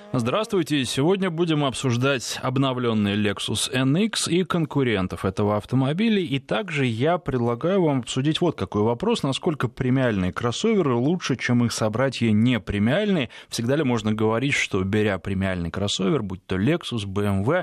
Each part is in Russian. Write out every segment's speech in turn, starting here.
Здравствуйте. Сегодня будем обсуждать обновленный Lexus NX и конкурентов этого автомобиля. И также я предлагаю вам обсудить вот какой вопрос. Насколько премиальные кроссоверы лучше, чем их собратья не премиальные? Всегда ли можно говорить, что беря премиальный кроссовер, будь то Lexus, BMW,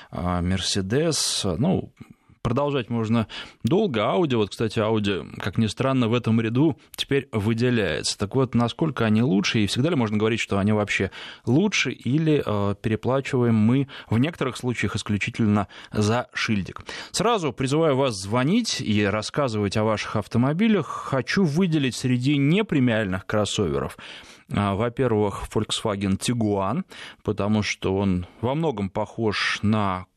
Mercedes, продолжать можно долго. Audi, вот, кстати, Audi, как ни странно, в этом ряду теперь выделяется. Так вот, насколько они лучше, и всегда ли можно говорить, что они вообще лучше, или переплачиваем мы в некоторых случаях исключительно за шильдик? Сразу призываю вас звонить и рассказывать о ваших автомобилях. Хочу выделить среди непремиальных кроссоверов, во-первых, Volkswagen Tiguan, потому что он во многом похож на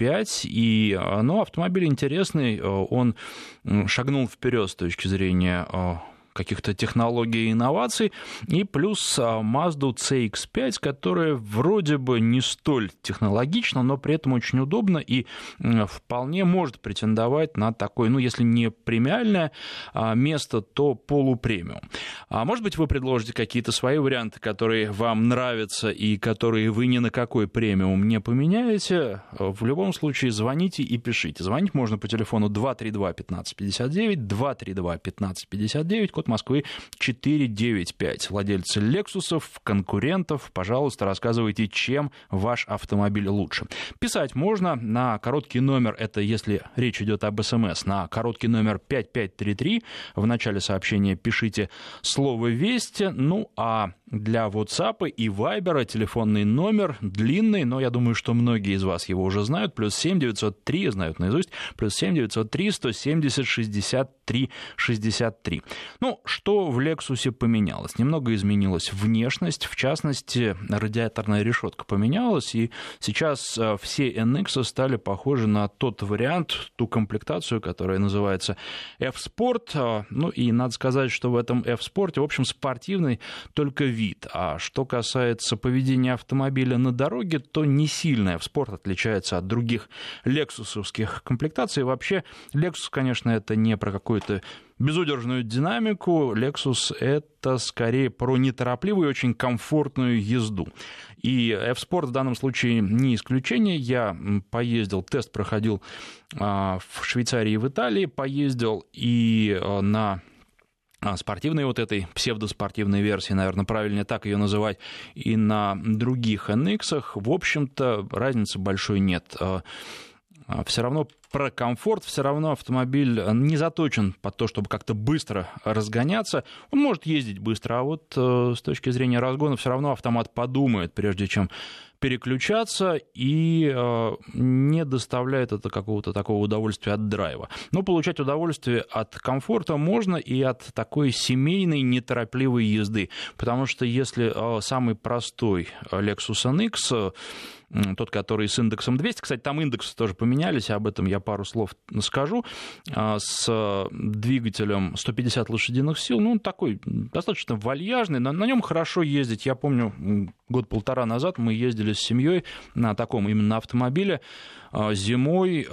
Q5, автомобиль интересный, он шагнул вперед с точки зрения каких-то технологий и инноваций, и плюс Mazda CX-5, которая вроде бы не столь технологична, но при этом очень удобна и вполне может претендовать на такое, если не премиальное место, то полупремиум. А может быть, вы предложите какие-то свои варианты, которые вам нравятся и которые вы ни на какой премиум не поменяете. В любом случае, звоните и пишите. Звонить можно по телефону 232-1559, 232-1559, код Москвы 495. Владельцы Лексусов, конкурентов, пожалуйста, рассказывайте, чем ваш автомобиль лучше. Писать можно на короткий номер, это если речь идет об СМС, на короткий номер 5533. В начале сообщения пишите слово «Вести», а для WhatsApp и Viber телефонный номер длинный, но я думаю, что многие из вас его уже знают, +7 903, знают наизусть, +7 903 170 63 63. Что в Lexus поменялось? Немного изменилась внешность, в частности, радиаторная решетка поменялась, и сейчас все NX стали похожи на тот вариант, ту комплектацию, которая называется F-Sport, и надо сказать, что в этом F-Sport, в общем, спортивный только вид. А что касается поведения автомобиля на дороге, то не сильно F-Sport отличается от других лексусовских комплектаций. Вообще, Lexus, конечно, это не про какую-то безудержную динамику. Lexus — это скорее про неторопливую и очень комфортную езду. И F-Sport в данном случае не исключение. Я поездил, тест проходил в Швейцарии и в Италии, поездил и на спортивной этой псевдоспортивной версии, наверное, правильнее так ее называть, и на других NX. В общем-то, разницы большой нет. Все равно про комфорт, все равно автомобиль не заточен под то, чтобы как-то быстро разгоняться. Он может ездить быстро, а вот с точки зрения разгона все равно автомат подумает, прежде чем переключаться, и не доставляет это какого-то такого удовольствия от драйва. Но получать удовольствие от комфорта можно и от такой семейной, неторопливой езды, потому что если самый простой Lexus NX, тот, который с индексом 200, кстати, там индексы тоже поменялись, об этом я пару слов скажу, с двигателем 150 лошадиных сил, он такой достаточно вальяжный, на нем хорошо ездить. Я помню, год-полтора назад мы ездили с семьей на таком именно автомобиле зимой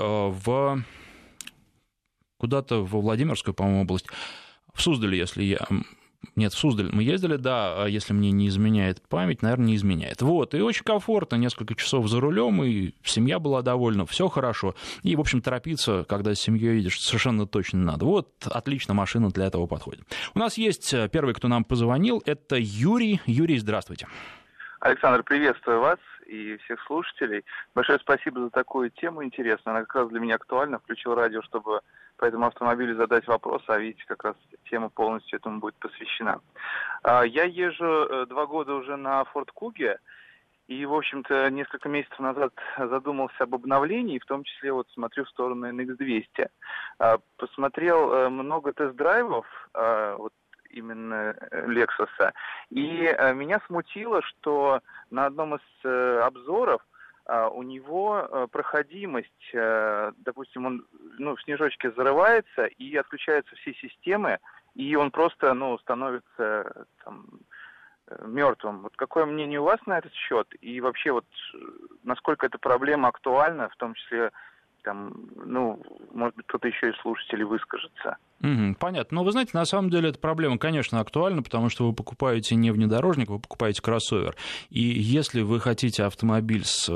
куда-то во Владимирскую, по-моему, область, в Суздале, в Суздаль мы ездили, да, если мне не изменяет память, наверное, не изменяет. И очень комфортно, несколько часов за рулем, и семья была довольна, все хорошо. И, в общем, торопиться, когда с семьей едешь, совершенно точно не надо. Отлично, машина для этого подходит. У нас есть первый, кто нам позвонил, это Юрий. Юрий, здравствуйте. Александр, приветствую вас и всех слушателей. Большое спасибо за такую тему интересную. Она как раз для меня актуальна. Включил радио, чтобы по этому автомобилю задать вопрос, а видите, как раз тема полностью этому будет посвящена. Я езжу 2 года уже на Ford Kuga, и, в общем-то, несколько месяцев назад задумался об обновлении, в том числе смотрю в сторону NX200. Посмотрел много тест-драйвов, именно Lexus, и меня смутило, что на одном из обзоров у него проходимость, допустим, он в снежочке зарывается и отключаются все системы, и он просто становится мертвым. Какое мнение у вас на этот счет? И вообще, насколько эта проблема актуальна, в том числе Там, может быть, кто-то еще из слушателей выскажется. Понятно. Но вы знаете, на самом деле эта проблема, конечно, актуальна, потому что вы покупаете не внедорожник, вы покупаете кроссовер. И если вы хотите автомобиль с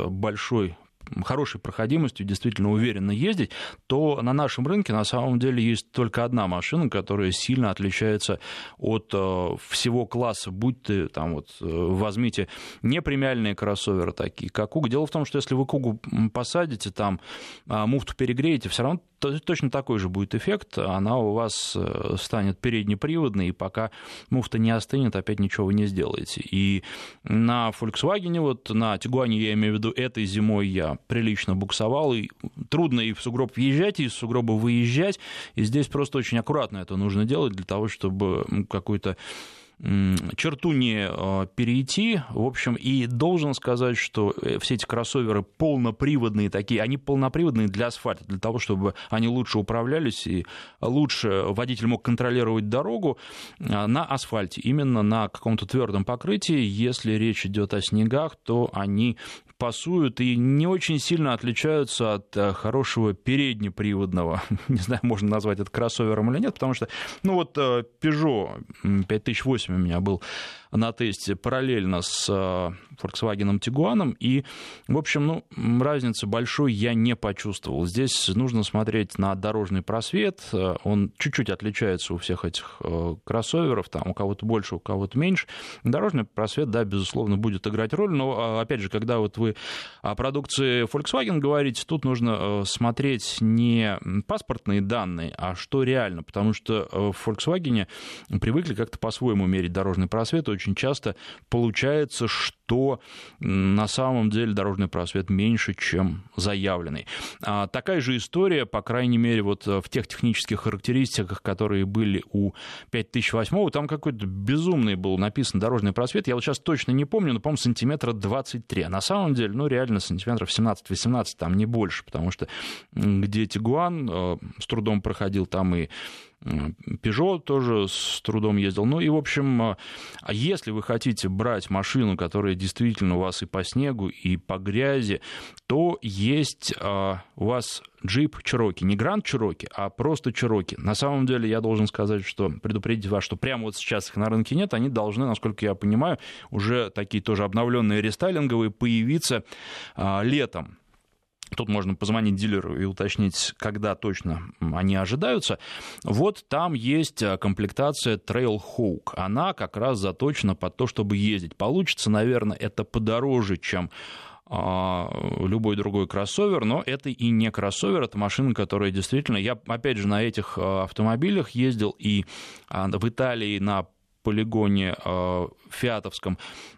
хорошей проходимостью, действительно уверенно ездить, то на нашем рынке на самом деле есть только одна машина, которая сильно отличается от всего класса, будь то там возьмите не премиальные кроссоверы такие, как Kuga. Дело в том, что если вы Kuga посадите, там муфту перегреете, все равно точно такой же будет эффект, она у вас станет переднеприводной, и пока муфта не остынет, опять ничего вы не сделаете. И на Volkswagen, на Tiguan, я имею в виду, этой зимой я прилично буксовал, и трудно и в сугроб въезжать, и из сугроба выезжать, и здесь просто очень аккуратно это нужно делать для того, чтобы какую-то черту не перейти, в общем, и должен сказать, что все эти кроссоверы полноприводные такие, они полноприводные для асфальта, для того, чтобы они лучше управлялись и лучше водитель мог контролировать дорогу на асфальте, именно на каком-то твердом покрытии. Если речь идет о снегах, то они пасуют и не очень сильно отличаются от хорошего переднеприводного, не знаю, можно назвать это кроссовером или нет, потому что, Peugeot 5008 у меня был на тесте параллельно с Volkswagen Tiguan, и, в общем, разницы большой я не почувствовал. Здесь нужно смотреть на дорожный просвет, он чуть-чуть отличается у всех этих кроссоверов, там у кого-то больше, у кого-то меньше. Дорожный просвет, да, безусловно, будет играть роль, но, опять же, когда вы о продукции Volkswagen говорите, тут нужно смотреть не паспортные данные, а что реально, потому что в Volkswagen привыкли как-то по-своему мерить дорожный просвет, очень часто получается, что на самом деле дорожный просвет меньше, чем заявленный. Такая же история, по крайней мере, в тех технических характеристиках, которые были у 5008, там какой-то безумный был написан дорожный просвет, я сейчас точно не помню, но, по-моему, сантиметра 23, а на самом деле, реально сантиметров 17-18, там не больше, потому что где Tiguan с трудом проходил, там и Peugeot тоже с трудом ездил. И, в общем, если вы хотите брать машину, которая действительно у вас и по снегу, и по грязи, то есть у вас джип Cherokee, не Grand Cherokee, а просто Cherokee. На самом деле, я должен сказать, предупредить вас, что прямо сейчас их на рынке нет, они должны, насколько я понимаю, уже такие тоже обновленные рестайлинговые появиться летом. Тут можно позвонить дилеру и уточнить, когда точно они ожидаются. Там есть комплектация Trailhawk. Она как раз заточена под то, чтобы ездить. Получится, наверное, это подороже, чем любой другой кроссовер, но это и не кроссовер, это машина, которая действительно... Я, опять же, на этих автомобилях ездил и в Италии на полигоне фиатовском,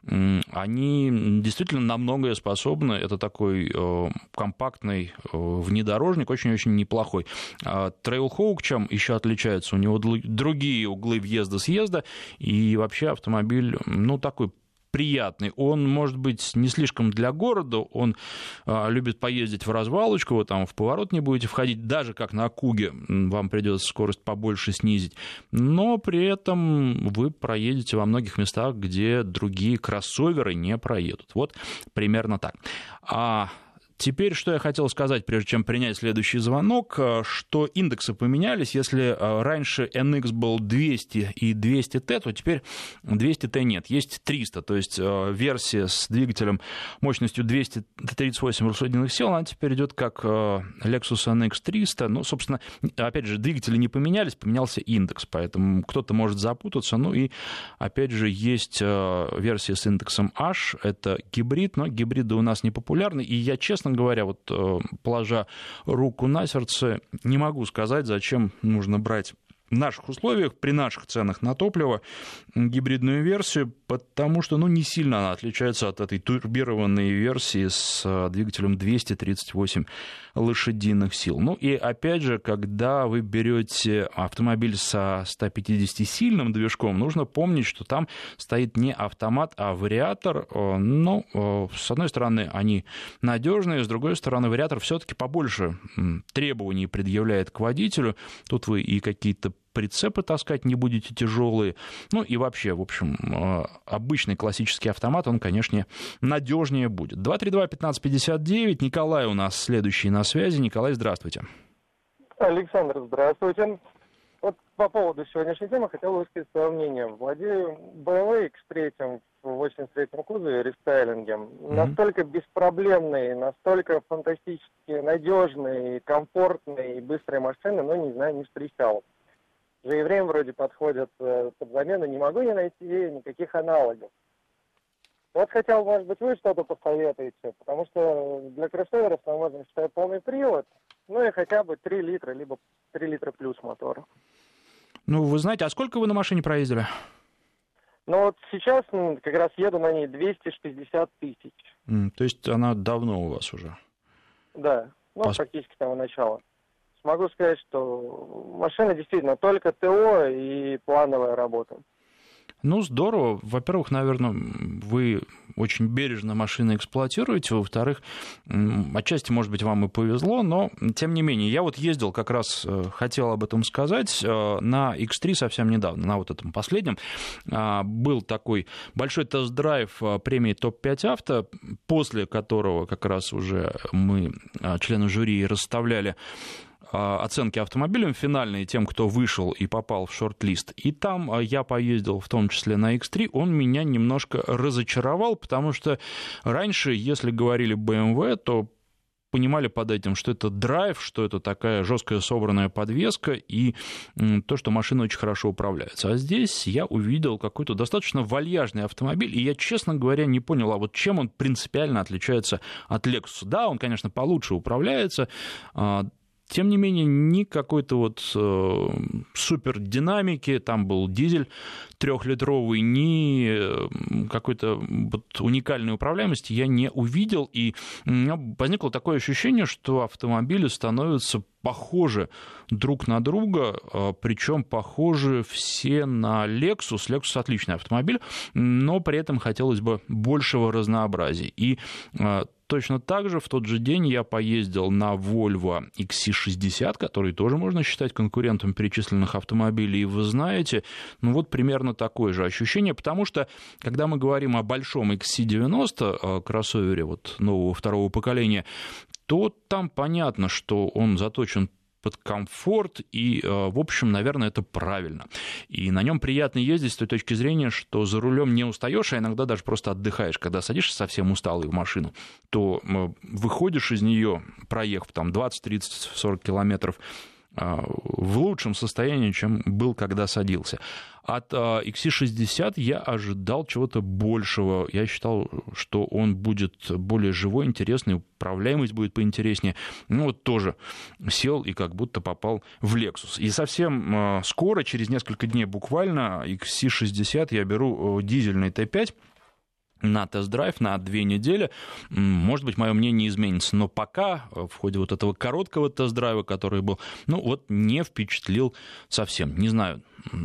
они действительно на многое способны. Это такой компактный внедорожник, очень-очень неплохой. Trailhawk чем еще отличается? У него другие углы въезда-съезда, и вообще автомобиль, такой приятный. Он, может быть, не слишком для города, он любит поездить в развалочку, вы там в поворот не будете входить, даже как на Куге, вам придется скорость побольше снизить, но при этом вы проедете во многих местах, где другие кроссоверы не проедут. Примерно так. Теперь, что я хотел сказать, прежде чем принять следующий звонок, что индексы поменялись. Если раньше NX был 200 и 200T, то теперь 200T нет, есть 300. То есть версия с двигателем мощностью 238 лошадиных сил, она теперь идет как Lexus NX 300. Собственно, опять же, двигатели не поменялись, поменялся индекс, поэтому кто-то может запутаться. И, опять же, есть версия с индексом H, это гибрид, но гибриды у нас не популярны, и я, честно говоря, положа руку на сердце, не могу сказать, зачем нужно брать в наших условиях, при наших ценах на топливо, гибридную версию, потому что не сильно она отличается от этой турбированной версии с двигателем 238 лошадиных сил. И опять же, когда вы берете автомобиль со 150-сильным движком, нужно помнить, что там стоит не автомат, а вариатор. С одной стороны, они надежные, с другой стороны, вариатор все-таки побольше требований предъявляет к водителю. Тут вы и какие-то прицепы таскать не будете тяжелые. Ну и вообще, в общем, обычный классический автомат, он, конечно, надежнее будет. 232-1559. Николай у нас следующий на связи. Николай, здравствуйте. Александр, здравствуйте. Вот по поводу сегодняшней темы хотел высказать свое мнение. Владею BMW X3 в 83-м кузове рестайлингом. Настолько беспроблемный, настолько фантастически надежный, комфортный и быстрой машины, но, не знаю, не встречал. Уже и время вроде подходит под замену, не могу не найти никаких аналогов. Вот хотел, может быть, вы что-то посоветуете, потому что для кроссоверов нам можно, считаю, полный привод, ну и хотя бы 3 литра, либо 3 литра плюс мотора. Ну, вы знаете, а сколько вы на машине проездили? Ну вот сейчас как раз еду на ней 260 тысяч. То есть она давно у вас уже? Да, практически с самого начала. Могу сказать, что машина действительно только ТО и плановая работа. Ну, здорово. Во-первых, наверное, вы очень бережно машины эксплуатируете. Во-вторых, отчасти, может быть, вам и повезло, но, тем не менее, я вот ездил, как раз хотел об этом сказать, на X3 совсем недавно, на вот этом последнем. Был такой большой тест-драйв премии ТОП-5 авто, после которого как раз уже мы, члены жюри, расставляли оценки автомобилям финальные тем, кто вышел и попал в шорт-лист. И там я поездил, в том числе на X3, он меня немножко разочаровал, потому что раньше, если говорили BMW, то понимали под этим, что это драйв, что это такая жесткая собранная подвеска и то, что машина очень хорошо управляется. А здесь я увидел какой-то достаточно вальяжный автомобиль, и я, честно говоря, не понял, а вот чем он принципиально отличается от Lexus. Да, он, конечно, получше управляется, тем не менее, ни какой-то вот супер динамики, там был дизель 3-литровый, ни какой-то вот уникальной управляемости я не увидел, и у меня возникло такое ощущение, что автомобили становятся похожи друг на друга, причем похожи все на Lexus. Lexus отличный автомобиль, но при этом хотелось бы большего разнообразия. И точно так же в тот же день я поездил на Volvo XC60, который тоже можно считать конкурентом перечисленных автомобилей. И вы знаете, ну вот примерно такое же ощущение, потому что, когда мы говорим о большом XC90, кроссовере вот нового второго поколения, то там понятно, что он заточен под комфорт, и, в общем, наверное, это правильно. И на нем приятно ездить с той точки зрения, что за рулем не устаешь, а иногда даже просто отдыхаешь. Когда садишься совсем усталый в машину, то выходишь из нее, проехав там 20, 30, 40 километров, в лучшем состоянии, чем был, когда садился. От XC60 я ожидал чего-то большего. Я считал, что он будет более живой, интересный, управляемость будет поинтереснее. Ну вот тоже сел и как будто попал в Lexus. И совсем скоро, через несколько дней буквально, XC60 я беру дизельный Т5, на тест-драйв на 2 недели. Может быть, мое мнение изменится, но пока в ходе вот этого короткого тест-драйва, который был, ну вот не впечатлил совсем. Не знаю,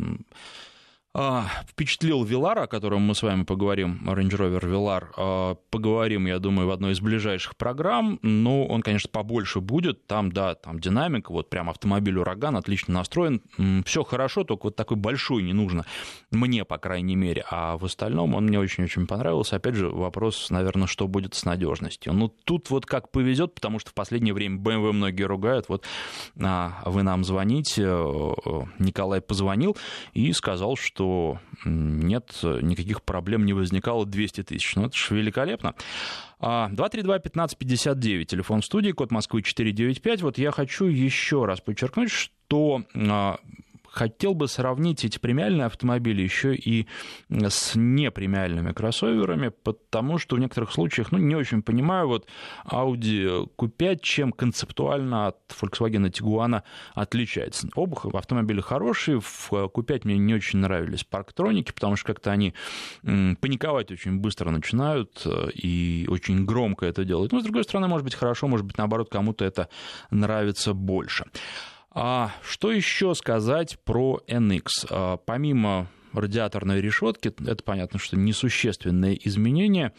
впечатлил Velar, о котором мы с вами поговорим, Range Rover Velar, поговорим, я думаю, в одной из ближайших программ, но он, конечно, побольше будет, там, да, там динамика, вот прям автомобиль Ураган отлично настроен, все хорошо, только вот такой большой не нужно, мне, по крайней мере, а в остальном он мне очень-очень понравился. Опять же, вопрос, наверное, что будет с надежностью. Ну, тут вот как повезет, потому что в последнее время BMW многие ругают, вот вы нам звоните, Николай позвонил и сказал, что нет, никаких проблем не возникало, 200 тысяч. Ну, это же великолепно. 232-1559, телефон в студии, код Москвы 495. Вот я хочу еще раз подчеркнуть, что хотел бы сравнить эти премиальные автомобили еще и с непремиальными кроссоверами, потому что в некоторых случаях, ну, не очень понимаю, вот Audi Q5 чем концептуально от Volkswagen Tiguan отличается. Оба автомобиля хорошие, в Q5 мне не очень нравились парктроники, потому что как-то они паниковать очень быстро начинают и очень громко это делают. Но, с другой стороны, может быть, хорошо, может быть, наоборот, кому-то это нравится больше. Что еще сказать про NX? Помимо радиаторной решетки, это понятно, что несущественные изменения.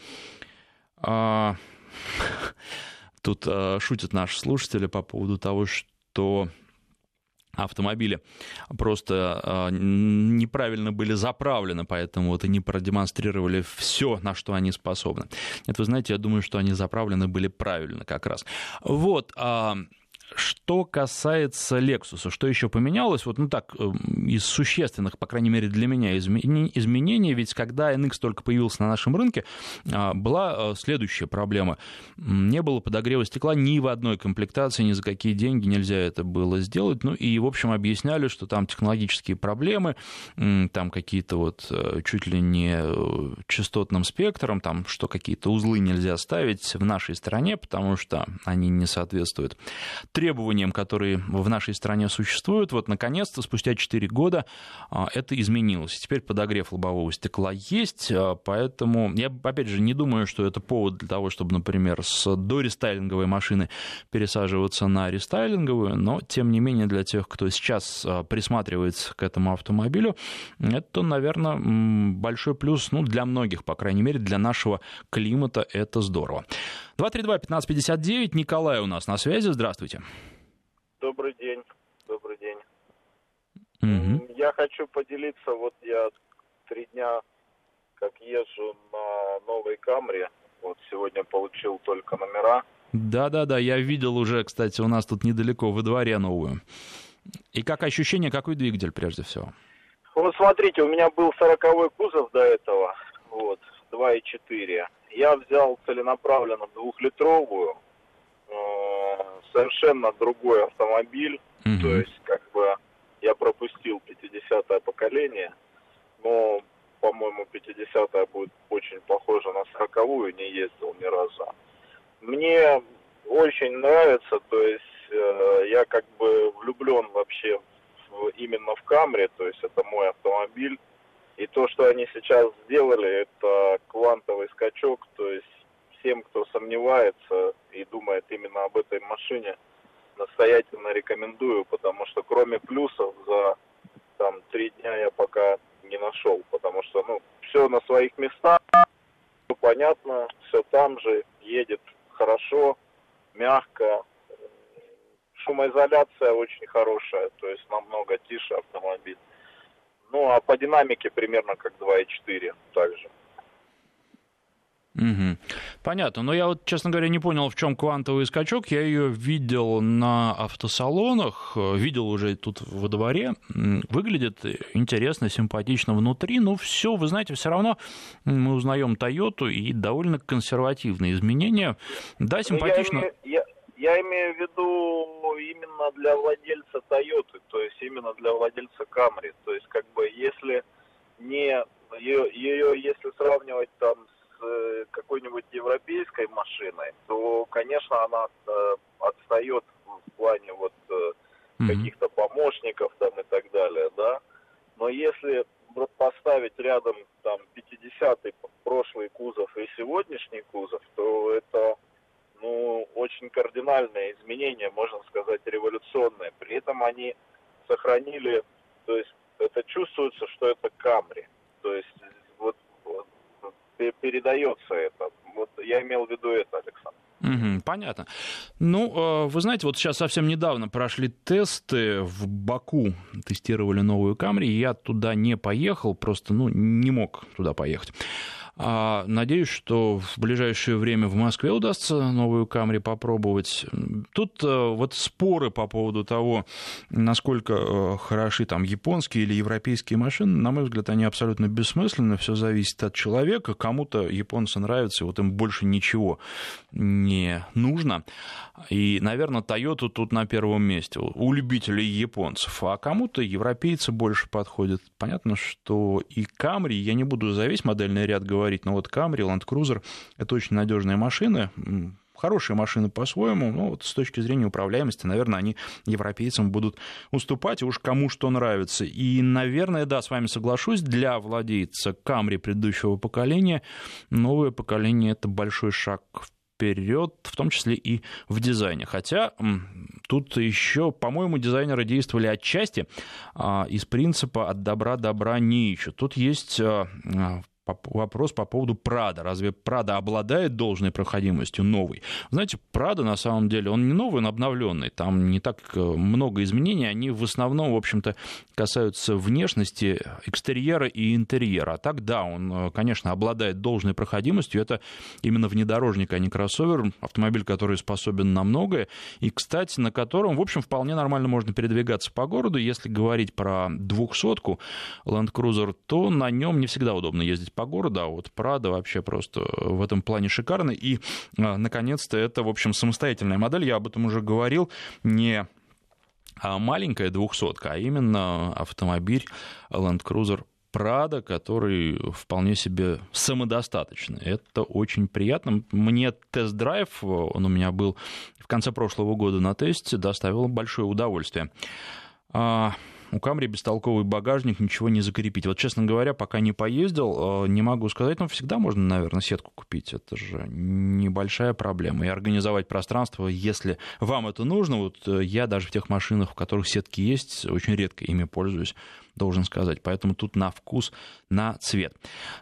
Тут шутят наши слушатели по поводу того, что автомобили просто неправильно были заправлены, поэтому вот и не продемонстрировали все, на что они способны. Это, вы знаете, я думаю, что они заправлены были правильно как раз. Вот. Что касается Lexus, что еще поменялось? Вот, из существенных, по крайней мере для меня, изменений, ведь когда NX только появился на нашем рынке, была следующая проблема. Не было подогрева стекла ни в одной комплектации, ни за какие деньги нельзя это было сделать. И, в общем, объясняли, что там технологические проблемы, там какие-то вот чуть ли не частотным спектром, там, что какие-то узлы нельзя ставить в нашей стране, потому что они не соответствуют требованиям, которые в нашей стране существуют. Вот, наконец-то, спустя 4 года это изменилось. Теперь подогрев лобового стекла есть, поэтому я, опять же, не думаю, что это повод для того, чтобы, например, с дорестайлинговой машины пересаживаться на рестайлинговую, но, тем не менее, для тех, кто сейчас присматривается к этому автомобилю, это, наверное, большой плюс, для многих, по крайней мере, для нашего климата это здорово. 232-1559, Николай у нас на связи, здравствуйте. Добрый день, добрый день. Угу. Я хочу поделиться, вот я 3 дня как езжу на новой Камри, вот сегодня получил только номера. Да, я видел уже, кстати, у нас тут недалеко, во дворе новую. И как ощущение, какой двигатель прежде всего? Вот смотрите, у меня был 40-й кузов до этого, вот, 2.4. Я взял целенаправленно 2-литровую, совершенно другой автомобиль, то есть как бы я пропустил 50-е поколение, но, по-моему, 50-я будет очень похожа на 40-ю, не ездил ни разу. Мне очень нравится, то есть я как бы влюблен вообще именно в Камри, то есть это мой автомобиль. И то, что они сейчас сделали, это квантовый скачок, то есть всем, кто сомневается и думает именно об этой машине, настоятельно рекомендую, потому что кроме плюсов за 3 дня я пока не нашел, потому что, все на своих местах, все понятно, все там же, едет хорошо, мягко, шумоизоляция очень хорошая, то есть намного тише автомобиль. А по динамике примерно как 2.4 также. Угу. Понятно. Но я вот, честно говоря, не понял, в чем квантовый скачок. Я ее видел на автосалонах, видел уже тут во дворе. Выглядит интересно, симпатично внутри. Но все, вы знаете, все равно мы узнаем Toyota и довольно консервативные изменения. Да, симпатично. Я имею в виду именно для владельца Toyota, то есть именно для владельца Camry. То есть как бы если ее если сравнивать там с какой-нибудь европейской машиной, то, конечно, она отстает в плане каких-то помощников там и так далее, да. Но если поставить рядом там 50-й прошлый кузов и сегодняшний кузов, то это очень кардинальные изменения, можно сказать, революционные. При этом они сохранили, то есть это чувствуется, что это Камри. То есть передается это. Вот я имел в виду это, Александр. Понятно. Вы знаете, вот сейчас совсем недавно прошли тесты в Баку, тестировали новую Камри, я туда не поехал, просто не мог туда поехать. Надеюсь, что в ближайшее время в Москве удастся новую Камри попробовать. Тут вот споры по поводу того, насколько хороши там японские или европейские машины, на мой взгляд, они абсолютно бессмысленны, все зависит от человека. Кому-то японцы нравятся, вот им больше ничего не нужно. И, наверное, Toyota тут на первом месте у любителей японцев, а кому-то европейцы больше подходят. Понятно, что и Камри, я не буду за весь модельный ряд говорить, но вот Camry, Land Cruiser — это очень надежные машины, хорошие машины по-своему, но вот с точки зрения управляемости, наверное, они европейцам будут уступать, и уж кому что нравится. И, наверное, да, с вами соглашусь, для владельца Camry предыдущего поколения новое поколение — это большой шаг вперед, в том числе и в дизайне. Хотя тут еще, по-моему, дизайнеры действовали отчасти из принципа «от добра добра не ищут». Тут есть вопрос по поводу Prado. Разве Prado обладает должной проходимостью новой? Знаете, Prado, на самом деле, он не новый, он обновленный. Там не так много изменений. Они в основном, в общем-то, касаются внешности, экстерьера и интерьера. А так, да, он, конечно, обладает должной проходимостью. Это именно внедорожник, а не кроссовер. Автомобиль, который способен на многое. И, кстати, на котором, в общем, вполне нормально можно передвигаться по городу. Если говорить про 200-ку Land Cruiser, то на нем не всегда удобно ездить по городу, а вот Prado вообще просто в этом плане шикарный. И, наконец-то, это, в общем, самостоятельная модель. Я об этом уже говорил. Не маленькая 200-ка, а именно автомобиль Land Cruiser Prado, который вполне себе самодостаточный. Это очень приятно. Мне тест-драйв, он у меня был в конце прошлого года на тесте, доставил большое удовольствие. У Камри бестолковый багажник, ничего не закрепить. Вот, честно говоря, пока не поездил, не могу сказать, но всегда можно, наверное, сетку купить. Это же небольшая проблема. И организовать пространство, если вам это нужно. Вот я даже в тех машинах, в которых сетки есть, очень редко ими пользуюсь, должен сказать. Поэтому тут на вкус, на цвет.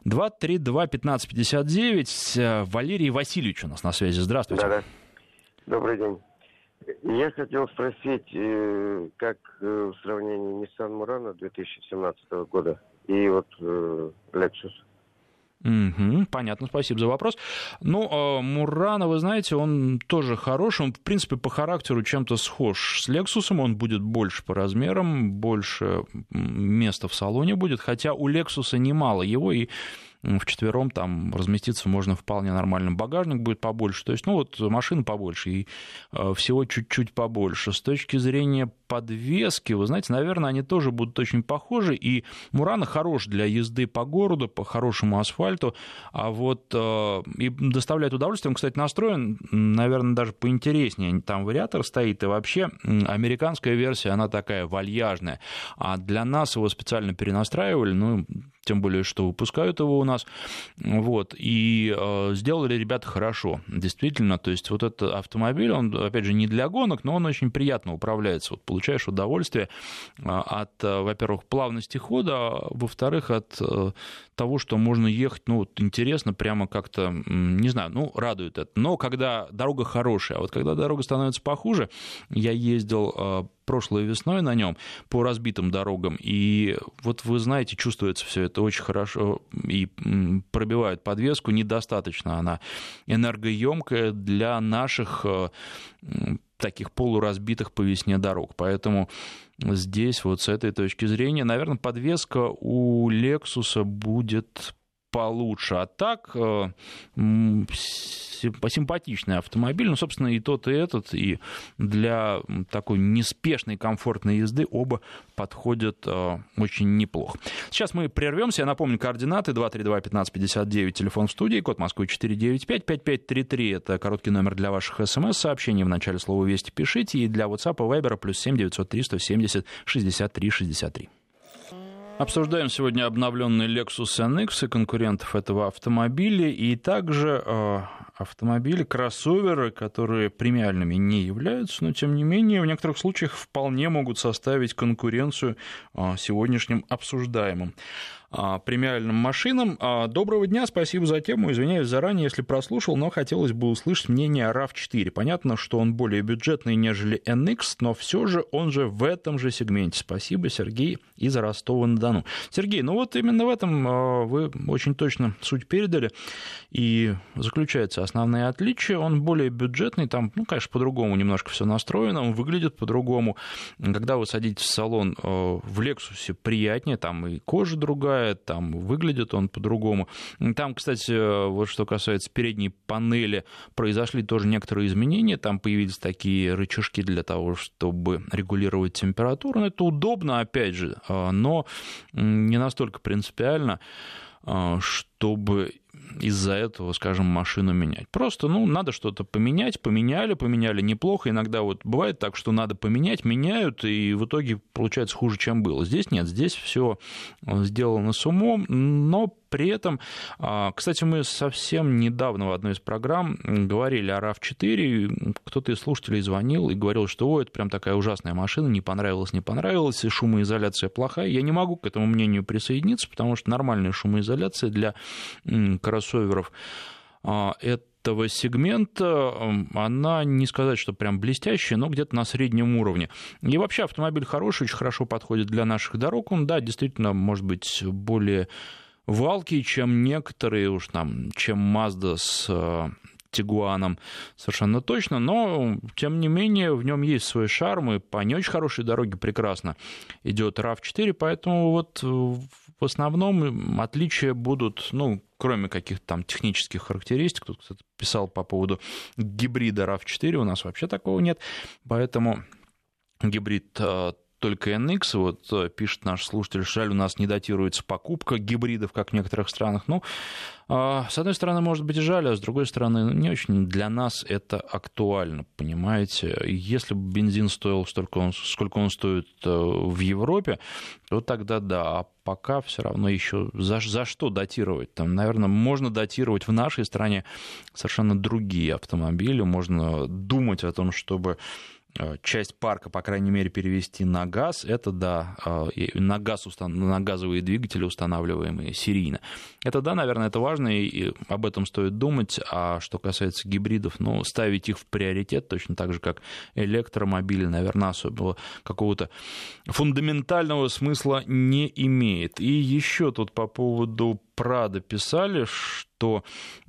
232-1559. Валерий Васильевич у нас на связи. Здравствуйте. Да. Добрый день. Я хотел спросить, как в сравнении Nissan Murano 2017 года и вот Lexus. Понятно, спасибо за вопрос. Ну, Murano, вы знаете, он тоже хороший, он, в принципе, по характеру чем-то схож с Lexus, он будет больше по размерам, больше места в салоне будет, хотя у Lexus немало его, и вчетвером там разместиться можно вполне нормально. Багажник будет побольше, то есть, ну, вот машина побольше и всего чуть-чуть побольше. С точки зрения подвески, вы знаете, наверное, они тоже будут очень похожи, и Murano хорош для езды по городу, по хорошему асфальту, а вот и доставляет удовольствие. Он, кстати, настроен, наверное, даже поинтереснее. Там вариатор стоит, и вообще американская версия, она такая вальяжная, а для нас его специально перенастраивали, ну, тем более, что выпускают его у нас, вот, и сделали ребята хорошо, действительно, то есть вот этот автомобиль, он, опять же, не для гонок, но он очень приятно управляется, вот получаешь удовольствие от, во-первых, плавности хода, а во-вторых, от того, что можно ехать, ну, вот интересно, прямо как-то, не знаю, ну, радует это, но когда дорога хорошая, а вот когда дорога становится похуже, я ездил прошлой весной на нем по разбитым дорогам, и вот вы знаете, чувствуется все это очень хорошо, и пробивает подвеску, недостаточно она энергоемкая для наших таких полуразбитых по весне дорог, поэтому здесь вот с этой точки зрения, наверное, подвеска у Lexus будет получше, а так симпатичный автомобиль, ну, собственно, и тот, и этот, и для такой неспешной, комфортной езды оба подходят очень неплохо. Сейчас мы прервемся, я напомню, координаты 232-1559, телефон в студии, код Москвы 495, 5533, это короткий номер для ваших смс-сообщений, в начале слова «Вести» пишите, и для WhatsApp и Viber +7 903 170 63 63. Обсуждаем сегодня обновленный Lexus NX и конкурентов этого автомобиля, и также автомобили, кроссоверы, которые премиальными не являются, но, тем не менее, в некоторых случаях вполне могут составить конкуренцию сегодняшним обсуждаемым премиальным машинам. Доброго дня, спасибо за тему. Извиняюсь заранее, если прослушал, но хотелось бы услышать мнение о RAV4. Понятно, что он более бюджетный, нежели NX, но все же он же в этом же сегменте. Спасибо, Сергей из Ростова-на-Дону. Сергей, ну вот именно в этом вы очень точно суть передали, и заключается основное отличие. Он более бюджетный, там, ну, конечно, по-другому немножко все настроено, он выглядит по-другому. Когда вы садитесь в салон в Lexus, приятнее, там и кожа другая, там выглядит он по-другому. Там, кстати, вот что касается передней панели, произошли тоже некоторые изменения, там появились такие рычажки для того, чтобы регулировать температуру. Но это удобно, опять же, но не настолько принципиально, чтобы из-за этого, скажем, машину менять. Просто, ну, надо что-то поменять, поменяли неплохо. Иногда вот бывает так, что надо поменять, меняют, и в итоге получается хуже, чем было. Здесь нет, здесь все сделано с умом, но При этом, кстати, мы совсем недавно в одной из программ говорили о RAV4, кто-то из слушателей звонил и говорил, что это прям такая ужасная машина, не понравилась, и шумоизоляция плохая. Я не могу к этому мнению присоединиться, потому что нормальная шумоизоляция для кроссоверов этого сегмента, она не сказать, что прям блестящая, но где-то на среднем уровне. И вообще автомобиль хороший, очень хорошо подходит для наших дорог. Он, да, действительно, может быть более валкий, чем некоторые, уж там, чем Mazda с Тигуаном, совершенно точно, но, тем не менее, в нем есть свой шарм, и по не очень хорошей дороге прекрасно идет RAV4, поэтому вот в основном отличия будут, кроме каких-то там технических характеристик, тут кто-то писал по поводу гибрида RAV4, у нас вообще такого нет, поэтому гибрид только NX, вот пишет наш слушатель, жаль, у нас не датируется покупка гибридов, как в некоторых странах. С одной стороны, может быть, и жаль, а с другой стороны, не очень для нас это актуально, понимаете. Если бы бензин стоил столько, сколько он стоит в Европе, то тогда да, а пока все равно еще за что датировать? Там, наверное, можно датировать в нашей стране совершенно другие автомобили, можно думать о том, чтобы часть парка, по крайней мере, перевести на газ, это да, на газовые двигатели, устанавливаемые серийно. Это да, наверное, это важно, и об этом стоит думать. А что касается гибридов, ставить их в приоритет, точно так же, как электромобили, наверное, особого какого-то фундаментального смысла не имеет. И еще тут по поводу Prado писали, что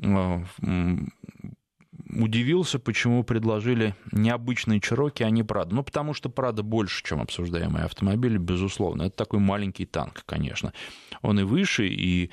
удивился, почему предложили необычные Чероки, а не Прадо. Потому что Прадо больше, чем обсуждаемый автомобиль, безусловно. Это такой маленький танк, конечно. Он и выше, и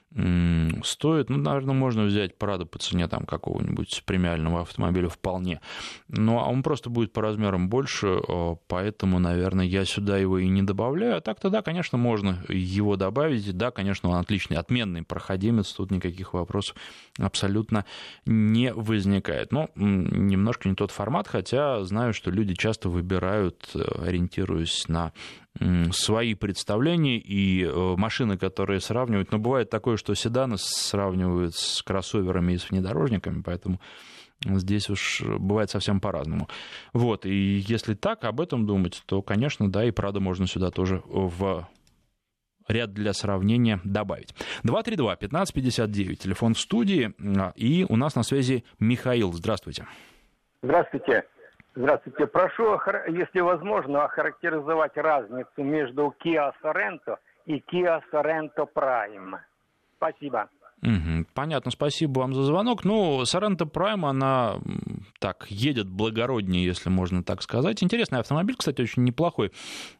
стоит, наверное, можно взять Прадо по цене там какого-нибудь премиального автомобиля вполне. А он просто будет по размерам больше, поэтому, наверное, я сюда его и не добавляю. А так-то, да, конечно, можно его добавить. Да, конечно, он отличный, отменный проходимец, тут никаких вопросов абсолютно не возникает. Немножко не тот формат, хотя знаю, что люди часто выбирают, ориентируясь на свои представления, и машины, которые сравнивают, бывает такое, что седаны сравнивают с кроссоверами и с внедорожниками, поэтому здесь уж бывает совсем по-разному. И если так об этом думать, то, конечно, да, и Прадо можно сюда тоже в ряд для сравнения добавить. 232-1559, телефон в студии, и у нас на связи Михаил. Здравствуйте. Здравствуйте. Здравствуйте. Прошу, если возможно, охарактеризовать разницу между Kia Sorento и Kia Sorento Prime. Спасибо. Понятно, спасибо вам за звонок. Sorento Prime, она так едет благороднее, если можно так сказать. Интересный автомобиль, кстати, очень неплохой.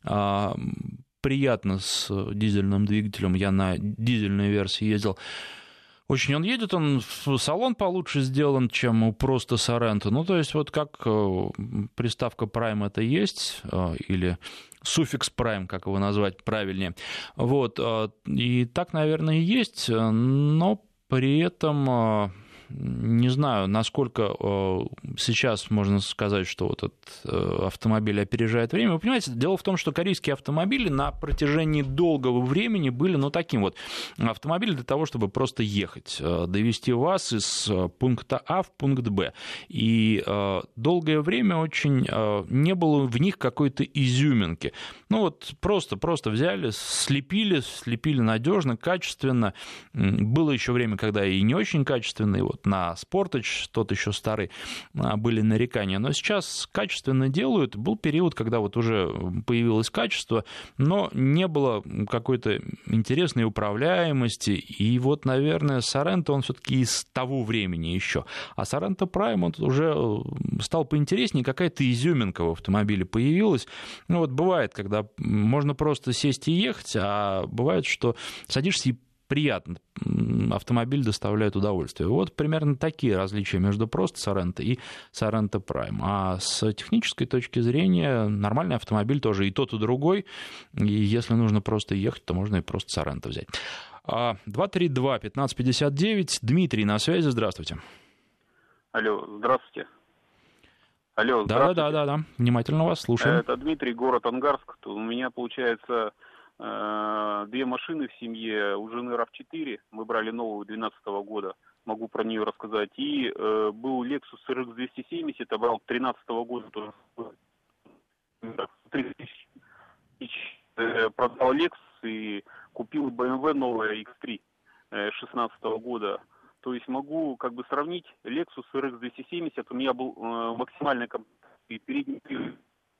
Приятно с дизельным двигателем. Я на дизельной версии ездил. Очень он едет, салон получше сделан, чем у просто Sorento. То есть, как приставка Prime это есть, или суффикс Prime, как его назвать правильнее. И так, наверное, и есть, но при этом не знаю, насколько сейчас можно сказать, что этот автомобиль опережает время. Вы понимаете, дело в том, что корейские автомобили на протяжении долгого времени были, таким автомобилем для того, чтобы просто ехать, довести вас из пункта А в пункт Б. И долгое время очень не было в них какой-то изюминки. Просто взяли, слепили надежно, качественно. Было еще время, когда и не очень качественно, на Sportage, тот еще старый, были нарекания. Но сейчас качественно делают. Был период, когда уже появилось качество, но не было какой-то интересной управляемости. И наверное, Sorento, он все-таки из того времени еще. А Sorento Prime, он уже стал поинтереснее, какая-то изюминка в автомобиле появилась. Бывает, когда можно просто сесть и ехать, а бывает, что садишься и приятно, автомобиль доставляет удовольствие. Примерно такие различия между просто Sorento и Sorento Prime. А с технической точки зрения нормальный автомобиль тоже и тот, и другой. И если нужно просто ехать, то можно и просто Sorento взять. 232-1559, Дмитрий на связи, здравствуйте. Алло, здравствуйте. Да, внимательно вас слушаем. Это Дмитрий, город Ангарск. У меня, получается, две машины в семье, у жены RAV4, мы брали новую 2012 года, могу про нее рассказать, и был Lexus RX 270, я брал 2013 года, тоже 30 тысяч, продал Lexus и купил BMW новая X3 2016 года. То есть могу как бы сравнить Lexus RX 270, у меня был максимальный комплект передний привод.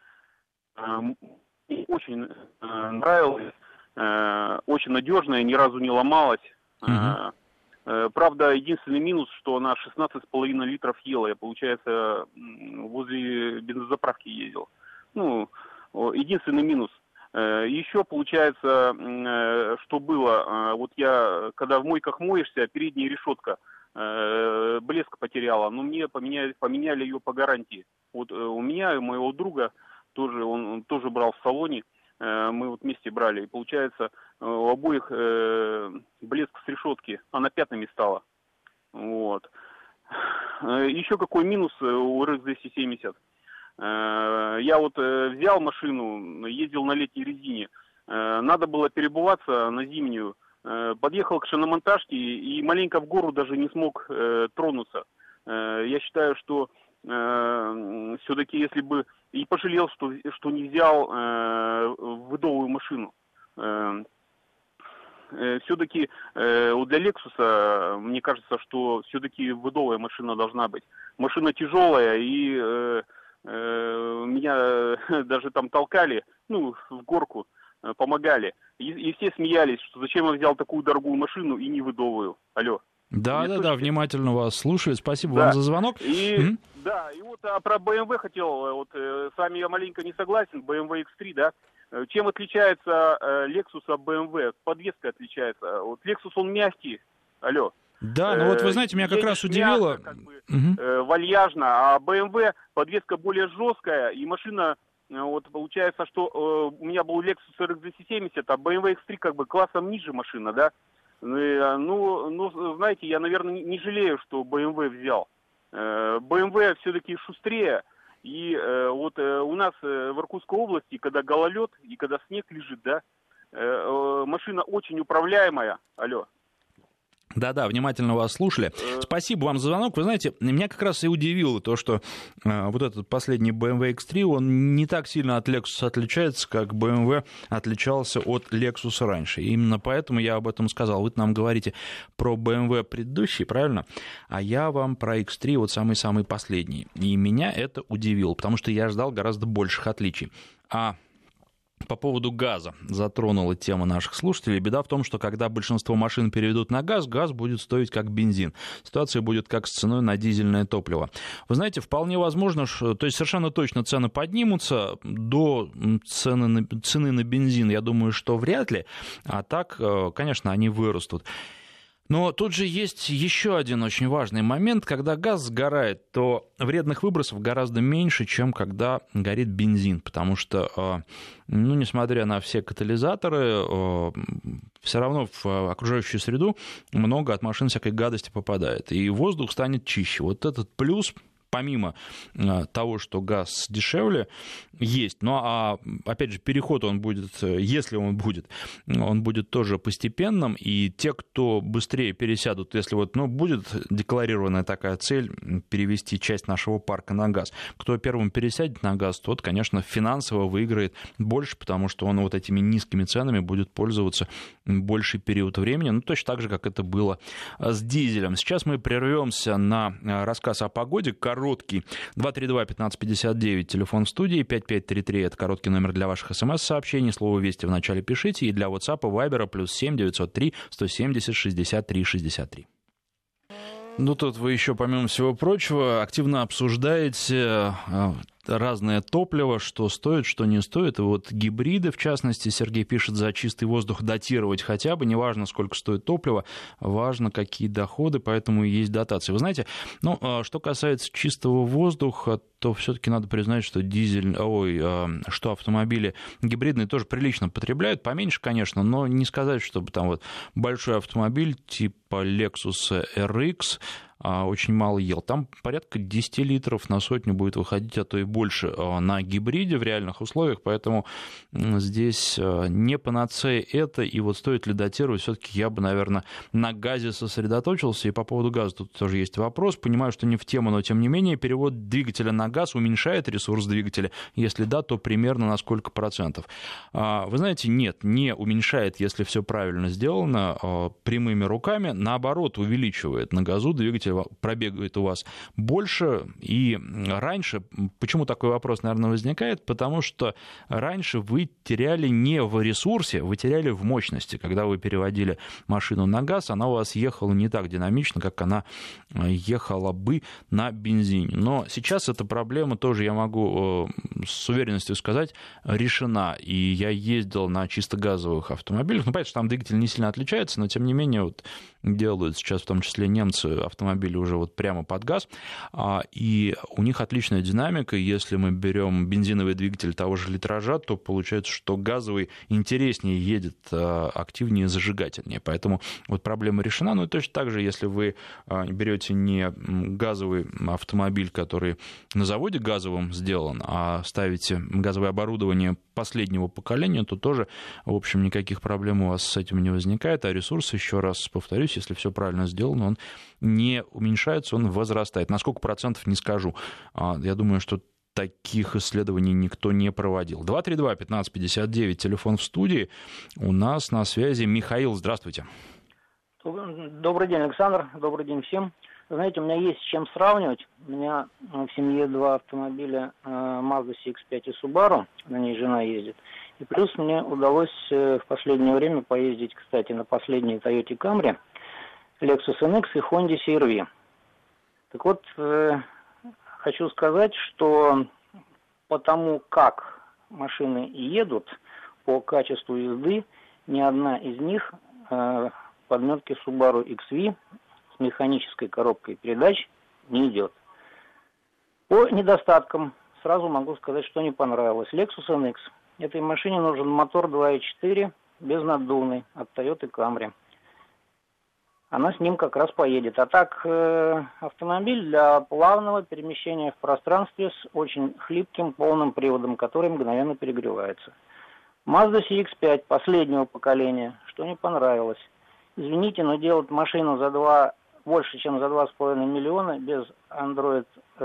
Мне очень нравилось, очень надежная, ни разу не ломалась. Правда, единственный минус, что она 16,5 литров ела. Я, получается, возле бензозаправки ездил. Ну, единственный минус. Еще, получается, что было, вот я, когда в мойках моешься, передняя решетка блеск потеряла, но мне поменяли ее по гарантии. Вот у меня и моего друга тоже, он тоже брал в салоне, мы вот вместе брали, и получается, у обоих блеск с решетки, она пятнами стала. Вот. Еще какой минус у RX 270? Я вот взял машину, ездил на летней резине, надо было перебываться на зимнюю, подъехал к шиномонтажке и маленько в гору даже не смог тронуться. Я считаю, что все-таки если бы и пожалел, что не взял выдовую машину. Все-таки для Lexus, мне кажется, что все-таки выдовая машина должна быть. Машина тяжелая, и меня даже там толкали, ну, в горку, помогали. И все смеялись, что зачем я взял такую дорогую машину и не выдовую. Алло. Да, внимательно вас слушаю. Спасибо вам за звонок. Да, и вот про BMW хотел, вот с вами я маленько не согласен, BMW X3, да. Чем отличается Lexus от BMW? Подвеска отличается. Вот Lexus, он мягкий. Алло. Да, ну вот вы знаете, меня как раз удивило. Мягко, как бы, вальяжно, а BMW подвеска более жесткая, и машина, вот получается, что у меня был Lexus RX 270, а BMW X3 как бы классом ниже машина, да. Ну, знаете, я, наверное, не жалею, что BMW взял. BMW все-таки шустрее, и вот у нас в Иркутской области, когда гололед и когда снег лежит, да, машина очень управляемая. Алло. Да, внимательно вас слушали. Спасибо вам за звонок. Вы знаете, меня как раз и удивило то, что вот этот последний BMW X3, он не так сильно от Lexus отличается, как BMW отличался от Lexus раньше. И именно поэтому я об этом сказал. Вы нам говорите про BMW предыдущий, правильно? А я вам про X3, вот самый-самый последний. И меня это удивило, потому что я ждал гораздо больших отличий. По поводу газа затронула тема наших слушателей. Беда в том, что когда большинство машин переведут на газ, газ будет стоить как бензин. Ситуация будет как с ценой на дизельное топливо. Вы знаете, вполне возможно, то есть совершенно точно цены поднимутся. До цены на бензин, я думаю, что вряд ли. А так, конечно, они вырастут. Но тут же есть еще один очень важный момент. Когда газ сгорает, то вредных выбросов гораздо меньше, чем когда горит бензин. Потому что, несмотря на все катализаторы, все равно в окружающую среду много от машин всякой гадости попадает. И воздух станет чище. Вот этот плюс, помимо того, что газ дешевле, есть. Но, опять же, переход он будет, если он будет тоже постепенным. И те, кто быстрее пересядут, если будет декларированная такая цель перевести часть нашего парка на газ, кто первым пересядет на газ, тот, конечно, финансово выиграет больше, потому что он вот этими низкими ценами будет пользоваться больший период времени. Точно так же, как это было с дизелем. Сейчас мы прервемся на рассказ о погоде. Короткий. 232-1559, телефон в студии, 5533, это короткий номер для ваших смс-сообщений, слово «Вести» в начале пишите, и для WhatsApp и Viber +7 903 170 63 63. Тут вы еще, помимо всего прочего, активно обсуждаете разное топливо, что стоит, что не стоит. И вот гибриды, в частности, Сергей пишет, за чистый воздух датировать хотя бы. Неважно, сколько стоит топливо, важно, какие доходы, поэтому и есть дотации. Вы знаете, что касается чистого воздуха, то все-таки надо признать, что что автомобили гибридные тоже прилично потребляют. Поменьше, конечно, но не сказать, чтобы там большой автомобиль типа Lexus RX очень мало ел. Там порядка 10 литров на сотню будет выходить, а то и больше на гибриде в реальных условиях, поэтому здесь не панацея это, и вот стоит ли датировать, все-таки я бы, наверное, на газе сосредоточился, и по поводу газа тут тоже есть вопрос, понимаю, что не в тему, но тем не менее перевод двигателя на газ уменьшает ресурс двигателя, если да, то примерно на сколько процентов? Вы знаете, нет, не уменьшает, если все правильно сделано, прямыми руками, наоборот, увеличивает. На газу двигатель пробегает у вас больше, и раньше, почему такой вопрос, наверное, возникает, потому что раньше вы теряли не в ресурсе, вы теряли в мощности. Когда вы переводили машину на газ, она у вас ехала не так динамично, как она ехала бы на бензине. Но сейчас эта проблема тоже, я могу с уверенностью сказать, решена. И я ездил на чисто газовых автомобилях. Ну, понятно, что там двигатель не сильно отличается, но тем не менее вот делают сейчас в том числе немцы автомобили уже вот прямо под газ, и у них отличная динамика. Если мы берем бензиновый двигатель того же литража, то получается, что газовый интереснее едет, активнее, зажигательнее. Поэтому вот проблема решена. Ну и точно так же, если вы берете не газовый автомобиль, который на заводе газовым сделан, а ставите газовое оборудование последнего поколения, то тоже, в общем, никаких проблем у вас с этим не возникает. А ресурс, еще раз повторюсь, если все правильно сделано, он не уменьшается, он возрастает. На сколько процентов, не скажу. Я думаю, что таких исследований никто не проводил. 232-1559, телефон в студии. У нас на связи Михаил. Здравствуйте. Добрый день, Александр. Добрый день всем. Знаете, у меня есть с чем сравнивать. У меня в семье два автомобиля Mazda CX-5 и Subaru. На ней жена ездит. И плюс мне удалось в последнее время поездить, кстати, на последней Toyota Camry, Lexus NX и Honda CR-V. Так вот, хочу сказать, что по тому, как машины едут, по качеству езды, ни одна из них подметки Subaru XV с механической коробкой передач не идет. По недостаткам сразу могу сказать, что не понравилось. Lexus NX. Этой машине нужен мотор 2.4 безнаддувный от Toyota Camry. Она с ним как раз поедет. А так автомобиль для плавного перемещения в пространстве с очень хлипким полным приводом, который мгновенно перегревается. Mazda CX-5 последнего поколения, что не понравилось. Извините, но делать машину больше, чем за 2,5 миллиона без Android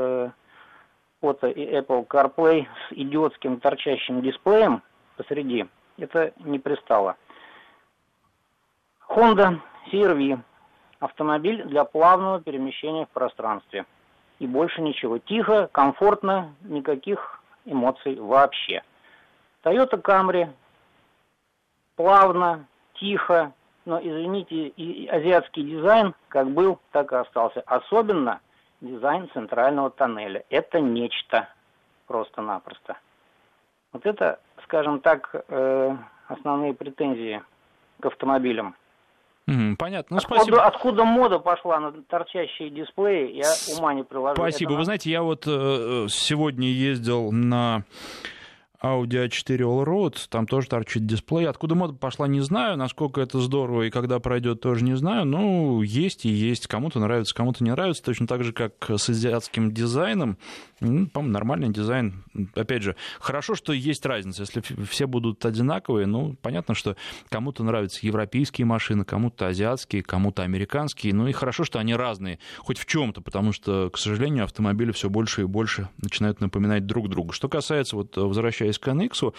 Auto и Apple CarPlay с идиотским торчащим дисплеем посреди, это не пристало. Honda CR-V. Автомобиль для плавного перемещения в пространстве. И больше ничего. Тихо, комфортно, никаких эмоций вообще. Toyota Camry. Плавно, тихо, но, извините, и азиатский дизайн как был, так и остался. Особенно дизайн центрального тоннеля. Это нечто просто-напросто. Вот это, скажем так, основные претензии к автомобилям. Понятно. Ну, спасибо. Откуда мода пошла на торчащие дисплеи, я ума не приложу. Спасибо. Вы знаете, я вот сегодня ездил на Audi A4 Allroad, там тоже торчит дисплей. Откуда мода пошла, не знаю. Насколько это здорово и когда пройдет, тоже не знаю. Ну, есть и есть. Кому-то нравится, кому-то не нравится. Точно так же, как с азиатским дизайном. По-моему, нормальный дизайн. Опять же, хорошо, что есть разница. Если все будут одинаковые, ну, понятно, что кому-то нравятся европейские машины, кому-то азиатские, кому-то американские. Ну, и хорошо, что они разные. Хоть в чем-то, потому что, к сожалению, автомобили все больше и больше начинают напоминать друг другу. Что касается, вот, возвращаясь к NX,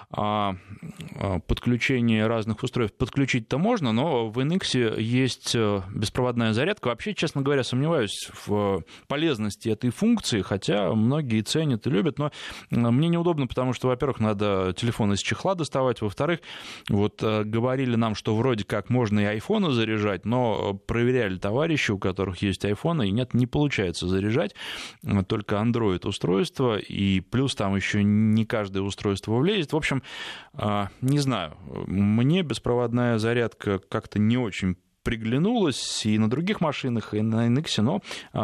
подключение разных устройств подключить-то можно, но в NX есть беспроводная зарядка. Вообще, честно говоря, сомневаюсь в полезности этой функции, хотя многие ценят и любят, но мне неудобно, потому что, во-первых, надо телефон из чехла доставать, во-вторых, вот говорили нам, что вроде как можно и айфоны заряжать, но проверяли товарищи, у которых есть айфоны, и нет, не получается заряжать, только Android-устройство, и плюс там еще не каждое устройство влезет. В общем, не знаю, мне беспроводная зарядка как-то не очень приглянулась и на других машинах, и на NX, но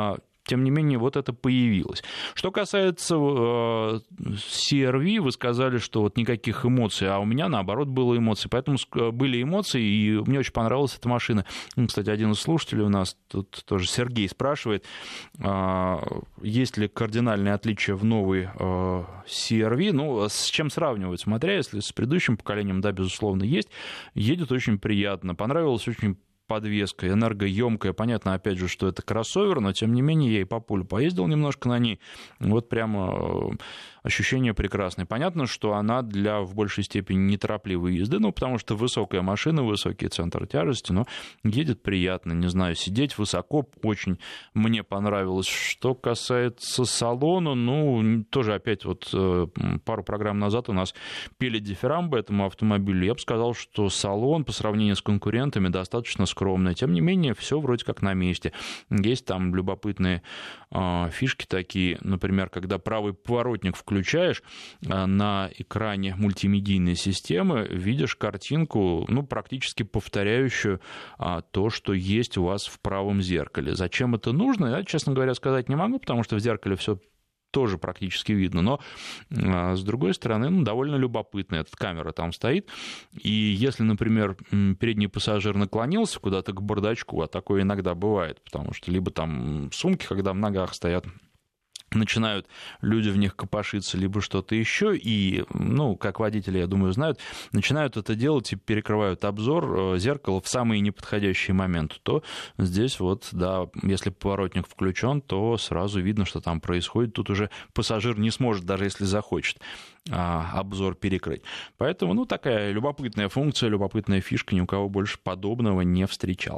тем не менее, вот это появилось. Что касается CR-V, вы сказали, что вот никаких эмоций, а у меня, наоборот, было эмоции. Поэтому были эмоции, и мне очень понравилась эта машина. Кстати, один из слушателей у нас, тут тоже Сергей, спрашивает, есть ли кардинальные отличия в новой CR-V. Ну, с чем сравнивать? Смотря, если с предыдущим поколением, да, безусловно, есть. Едет очень приятно. Понравилось очень подвеска, энергоемкая. Понятно, опять же, что это кроссовер, но, тем не менее, я и по полю поездил немножко на ней. Вот прямо ощущение прекрасное. Понятно, что она для в большей степени неторопливой езды, ну, потому что высокая машина, высокий центр тяжести, но едет приятно, не знаю, сидеть высоко очень мне понравилось. Что касается салона, ну, тоже опять вот пару программ назад у нас пели дифирамбы этому автомобилю. Я бы сказал, что салон по сравнению с конкурентами достаточно скромный. Тем не менее, все вроде как на месте. Есть там любопытные фишки такие, например, когда правый поворотник включаешь, на экране мультимедийной системы видишь картинку, ну, практически повторяющую то, что есть у вас в правом зеркале. Зачем это нужно, я, честно говоря, сказать не могу, потому что в зеркале все тоже практически видно, но, с другой стороны, ну, довольно любопытно. Эта камера там стоит, и если, например, передний пассажир наклонился куда-то к бардачку, а такое иногда бывает, потому что либо там сумки, когда в ногах стоят, начинают люди в них копошиться, либо что-то еще, и, ну, как водители, я думаю, знают, начинают это делать и перекрывают обзор зеркала в самые неподходящие моменты, то здесь вот, да, если поворотник включен, то сразу видно, что там происходит. Тут уже пассажир не сможет, даже если захочет, обзор перекрыть. Поэтому, ну, такая любопытная функция, любопытная фишка, ни у кого больше подобного не встречал.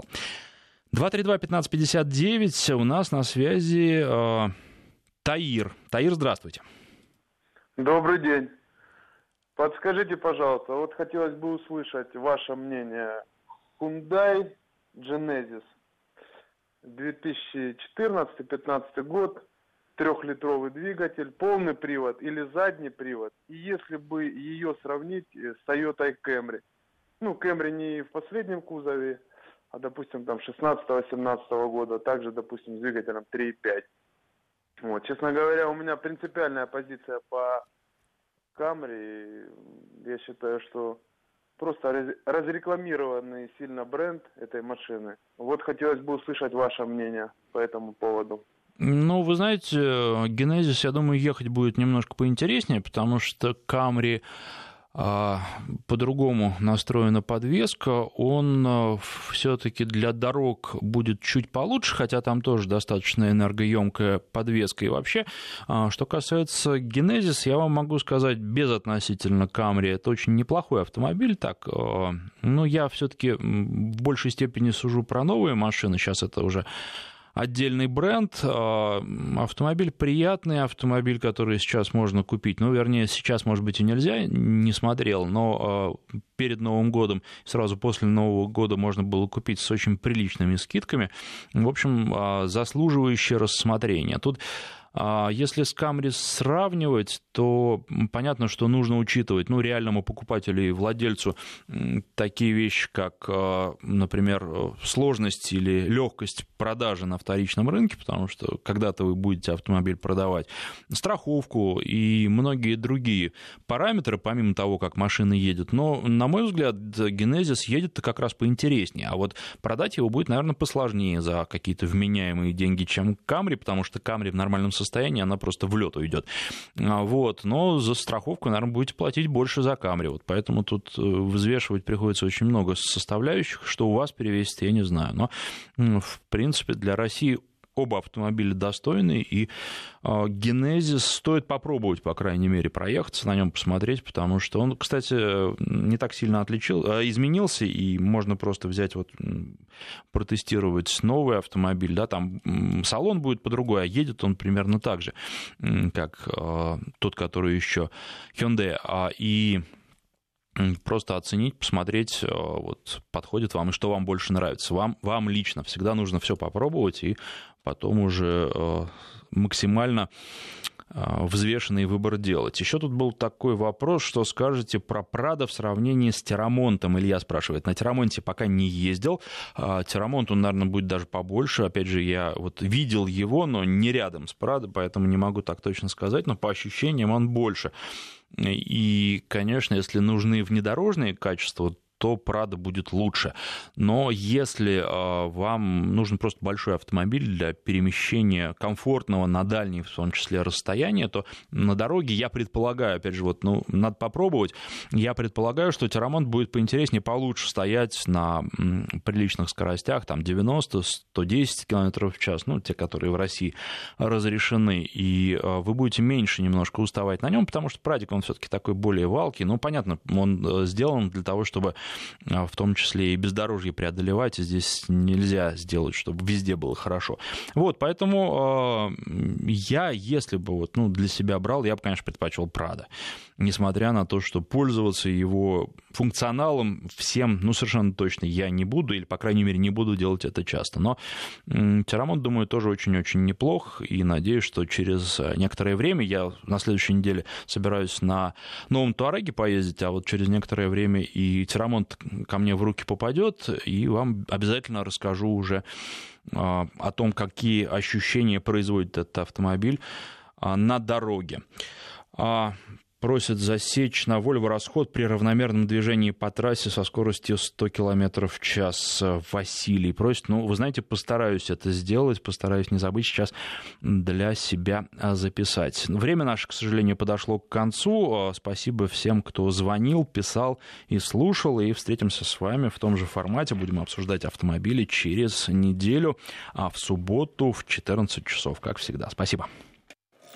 232-1559, у нас на связи Таир. Таир, здравствуйте. Добрый день. Подскажите, пожалуйста, вот хотелось бы услышать ваше мнение. Hyundai Genesis, 2014-2015 год, 3-литровый двигатель, полный привод или задний привод. И если бы ее сравнить с Toyota Camry, ну, Camry не в последнем кузове, а, допустим, там 16-17 года, также, допустим, с двигателем 3.5. Вот, честно говоря, у меня принципиальная позиция по Camry. Я считаю, что просто разрекламированный сильно бренд этой машины. Вот хотелось бы услышать ваше мнение по этому поводу. Ну, вы знаете, Genesis, я думаю, ехать будет немножко поинтереснее, потому что Camry по-другому настроена подвеска, он все-таки для дорог будет чуть получше, хотя там тоже достаточно энергоемкая подвеска. И вообще, что касается Genesis, я вам могу сказать, безотносительно Camry, это очень неплохой автомобиль. Так, но я все-таки в большей степени сужу про новые машины, сейчас это уже отдельный бренд. Автомобиль приятный, автомобиль, который сейчас можно купить. Ну, вернее, сейчас, может быть, и нельзя, не смотрел, но перед Новым годом, сразу после Нового года можно было купить с очень приличными скидками. В общем, заслуживающее рассмотрения. Тут, если с Camry сравнивать, то понятно, что нужно учитывать, ну, реальному покупателю и владельцу такие вещи, как, например, сложность или легкость продажи на вторичном рынке, потому что когда-то вы будете автомобиль продавать, страховку и многие другие параметры, помимо того, как машина едет. Но, на мой взгляд, Genesis едет-то как раз поинтереснее, а вот продать его будет, наверное, посложнее за какие-то вменяемые деньги, чем Camry, потому что Camry в нормальном состоянии, она просто в лед уйдет. Вот. Но за страховку, наверное, будете платить больше за Camry. Вот поэтому тут взвешивать приходится очень много составляющих. Что у вас перевесит, я не знаю. Но, в принципе, для России оба автомобиля достойны, и Genesis стоит попробовать, по крайней мере, проехаться на нем, посмотреть, потому что он, кстати, не так сильно изменился, и можно просто взять, вот, протестировать новый автомобиль, да, там салон будет по-другому, а едет он примерно так же, как тот, который еще Hyundai, и просто оценить, посмотреть, вот, подходит вам и что вам больше нравится. Вам лично всегда нужно все попробовать и потом уже максимально взвешенный выбор делать. Еще тут был такой вопрос, что скажете про Прадо в сравнении с Террамонтом. Илья спрашивает, на Террамонте пока не ездил. Террамонт, он, наверное, будет даже побольше. Опять же, я вот видел его, но не рядом с Прадо, поэтому не могу так точно сказать, но по ощущениям он больше. И, конечно, если нужны внедорожные качества, то Прадо будет лучше. Но если вам нужен просто большой автомобиль для перемещения комфортного на дальние, в том числе, расстояния, то на дороге, я предполагаю, опять же, вот, надо попробовать, я предполагаю, что Террамонт будет поинтереснее, получше стоять на приличных скоростях, там 90-110 км в час, те, которые в России разрешены, и вы будете меньше немножко уставать на нем, потому что Прадик, он все-таки такой более валкий, понятно, он сделан для того, чтобы в том числе и бездорожье преодолевать, и здесь нельзя сделать, чтобы везде было хорошо. Вот, поэтому я, если бы для себя брал, я бы, конечно, предпочел Прадо, несмотря на то, что пользоваться его функционалом всем, совершенно точно я не буду, или, по крайней мере, не буду делать это часто. Но Террамонт, думаю, тоже очень-очень неплох, и надеюсь, что через некоторое время, я на следующей неделе собираюсь на новом Туареге поездить, а вот через некоторое время и Террамонт ко мне в руки попадет, и вам обязательно расскажу уже о том, какие ощущения производит этот автомобиль на дороге. Просят засечь на Volvo расход при равномерном движении по трассе со скоростью 100 км в час. Василий просит. Вы знаете, постараюсь это сделать, постараюсь не забыть сейчас для себя записать. Время наше, к сожалению, подошло к концу. Спасибо всем, кто звонил, писал и слушал. И встретимся с вами в том же формате. Будем обсуждать автомобили через неделю, в субботу в 14 часов, как всегда. Спасибо.